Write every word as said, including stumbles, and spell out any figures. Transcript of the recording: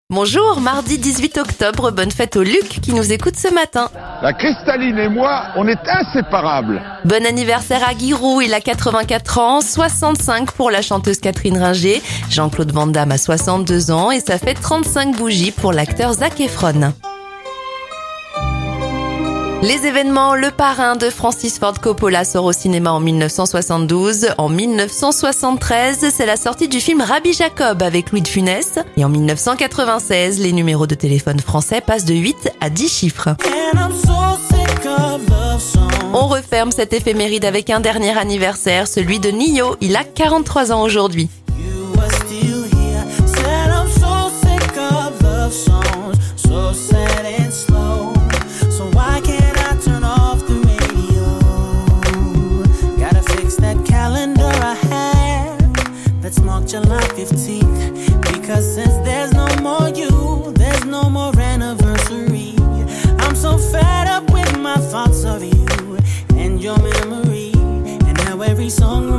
Bonjour, mardi dix-huit octobre, bonne fête au Luc qui nous écoute ce matin. La Cristalline et moi, on est inséparables. Bon anniversaire à Giroud, il a quatre-vingt-quatre ans, soixante-cinq pour la chanteuse Catherine Ringer. Jean-Claude Van Damme a soixante-deux ans et ça fait trente-cinq bougies pour l'acteur Zac Efron. Les événements, le parrain de Francis Ford Coppola sort au cinéma en dix-neuf cent soixante-douze. En dix-neuf cent soixante-treize, c'est la sortie du film Rabbi Jacob avec Louis de Funès. Et en dix-neuf cent quatre-vingt-seize, les numéros de téléphone français passent de huit à dix chiffres. On referme cette éphéméride avec un dernier anniversaire, celui de Nio. Il a quarante-trois ans aujourd'hui. Let's mark July fifteenth, because since there's no more you, there's no more anniversary. I'm so fed up with my thoughts of you and your memory, and how every song